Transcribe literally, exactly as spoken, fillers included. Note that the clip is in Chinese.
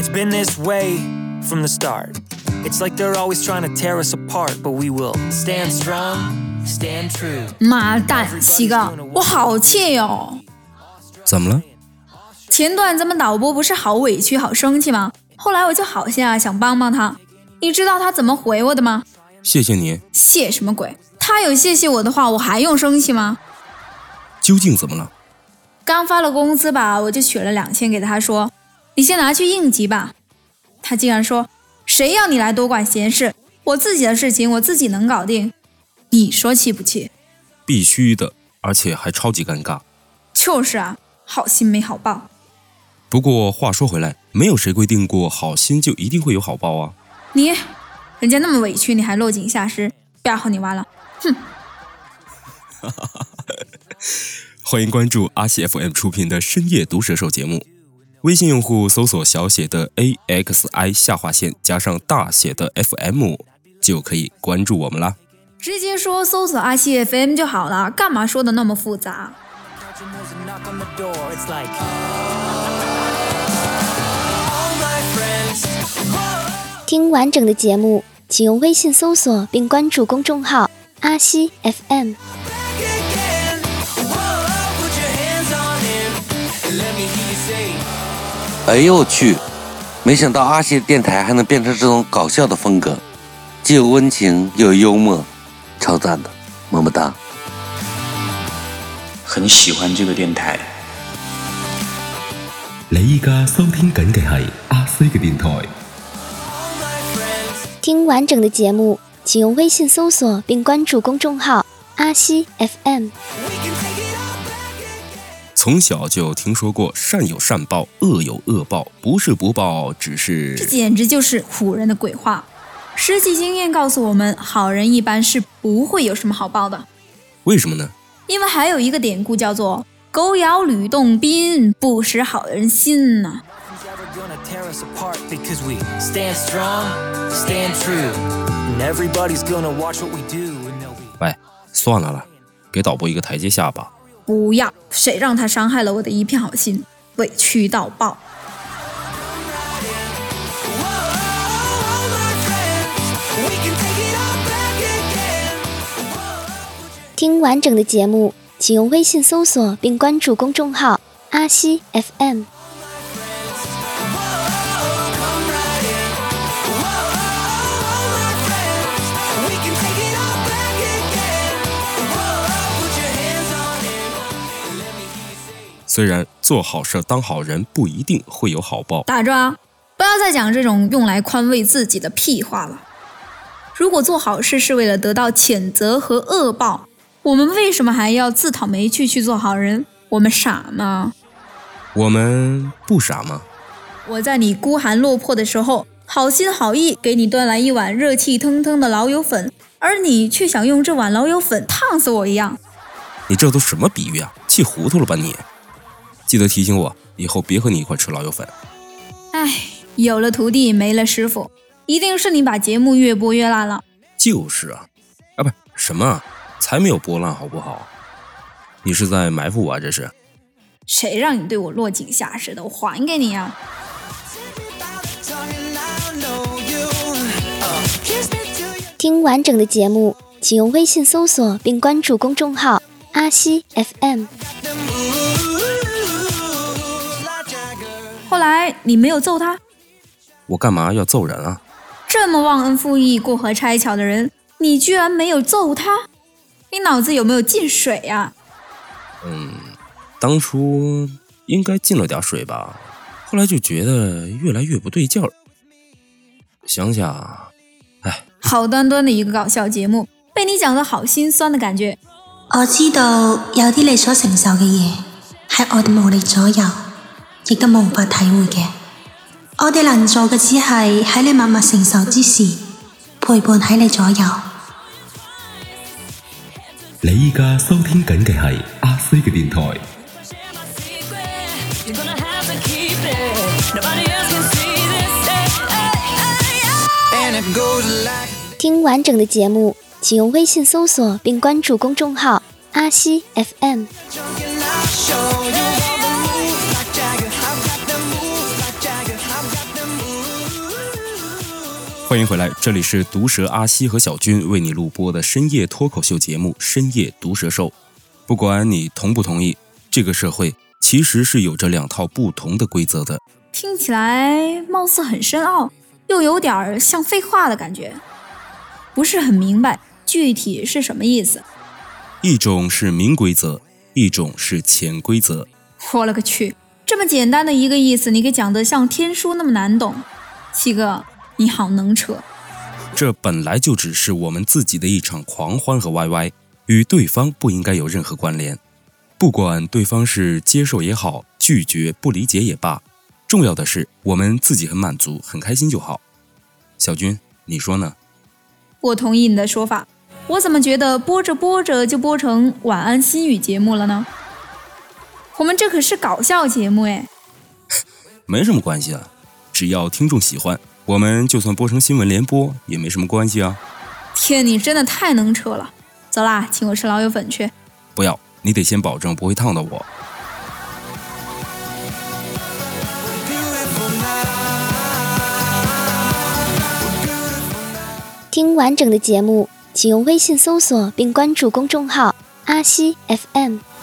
It's been this way from the start. It's like they're always trying to tear us apart, but we will stand strong, stand true. 妈蛋，七哥，我好气哟！ 怎么了？ 前段咱们导播不是好委屈、好生气吗？后来我就好心想帮帮他。你知道他怎么回我的吗？ 谢谢你。 谢什么鬼？他有谢谢我的话，我还用生气吗？ 究竟怎么了？ 刚发了工资吧，我就取了两千给他说，你先拿去应急吧。他竟然说，谁要你来多管闲事？我自己的事情我自己能搞定。你说气不气？ 必须的，而且还超级尴尬。 就是啊，好心没好报。 不过话说回来，没有谁规定过好心就一定会有好报啊。 你，人家那么委屈，你还落井下石，不要和你玩了，哼。 欢迎关注阿西 F M 出品的深夜毒舌手节目，微信用户搜索小写的 A X I 下划线加上大写的 F M 就可以关注我们啦。 直接说搜索阿西 F M 就好了，干嘛说的那么复杂？ 听完整的节目，请用微信搜索并关注公众号阿西 F M。 哎呦我去，没想到阿西电台还能变成这种搞笑的风格，既有温情又有幽默，超赞的，么么哒。 很喜欢這個電台。 你而家收聽緊嘅係阿西嘅電台。 聽完整的節目，請用微信搜索並關注公眾號阿西 F M。 從小就聽說過善有善報，惡有惡報，不是不報，只是…… 這簡直就是唬人的鬼話。實際經驗告訴我們，好人一般是不會有什麼好報的。 為什麼呢？ 因為還有一個典故叫做狗咬呂洞賓，不識好人心呢、啊。 喂，算了啦，給導播一個台階下吧。 不要，誰讓他傷害了我的一片好心，委屈到爆。 聽完整的節目，請用微信搜索並關注公眾號阿西 F M。 雖然做好事當好人不一定會有好報。 打住啊！不要再講這種用來寬慰自己的屁話了。如果做好事是為了得到譴責和惡報，我們為什麼還要自討沒趣去做好人？我們傻嗎？ 我們不傻嗎？ 我在你孤寒落魄的時候，好心好意給你端來一碗熱氣騰騰的老友粉，而你卻想用這碗老友粉燙死我一樣。 你這都什麼比喻啊？氣糊塗了吧你？記得提醒我，以後別和你一塊吃老友粉。 唉，有了徒弟沒了師傅，一定是你把節目越播越爛了。 就是啊，啊不，什麼？才沒有波浪好不好？你是在埋伏我啊？這是？ 誰讓你對我落井下石的？我還給你啊！ 聽完整的節目，請用微信搜索並關注公眾號阿西 F M。 後來你沒有揍他？ 我幹嘛要揍人啊？ 這麼忘恩負義、過河拆橋的人，你居然沒有揍他？你腦子有沒有進水啊？ 嗯，當初應該進了點水吧，後來就覺得越來越不對勁兒。想想，唉， 好端端的一個搞笑節目，被你講得好心酸的感覺。 我知道有啲你所承受嘅嘢，係我哋無力左右，亦都無法體會嘅。我哋能做嘅只係喺你默默承受之時，陪伴喺你左右。 你而家收聽緊嘅係阿西嘅電台。 聽完整的節目，請用微信搜索並關注公眾號阿西 F M。 欢迎回来，这里是毒舌阿西和小军为你录播的深夜脱口秀节目《深夜毒舌秀》。不管你同不同意，这个社会其实是有着两套不同的规则的。 听起来貌似很深奥，又有点像废话的感觉，不是很明白具体是什么意思。 一种是明规则，一种是潜规则。 我了个去，这么简单的一个意思，你给讲得像天书那么难懂。七哥，你好能扯。 这本来就只是我们自己的一场狂欢和歪歪，与对方不应该有任何关联。不管对方是接受也好，拒绝不理解也罢，重要的是我们自己很满足很开心就好。小军，你说呢？ 我同意你的说法，我怎么觉得播着播着就播成晚安心语节目了呢？我们这可是搞笑节目诶。 没什么关系啊，只要听众喜欢，我们就算播成新闻联播也没什么关系啊。 天，你真的太能扯了。走啦，请我吃老友粉去。 不要，你得先保证不会烫到我。 听完整的节目，请用微信搜索并关注公众号阿西 F M。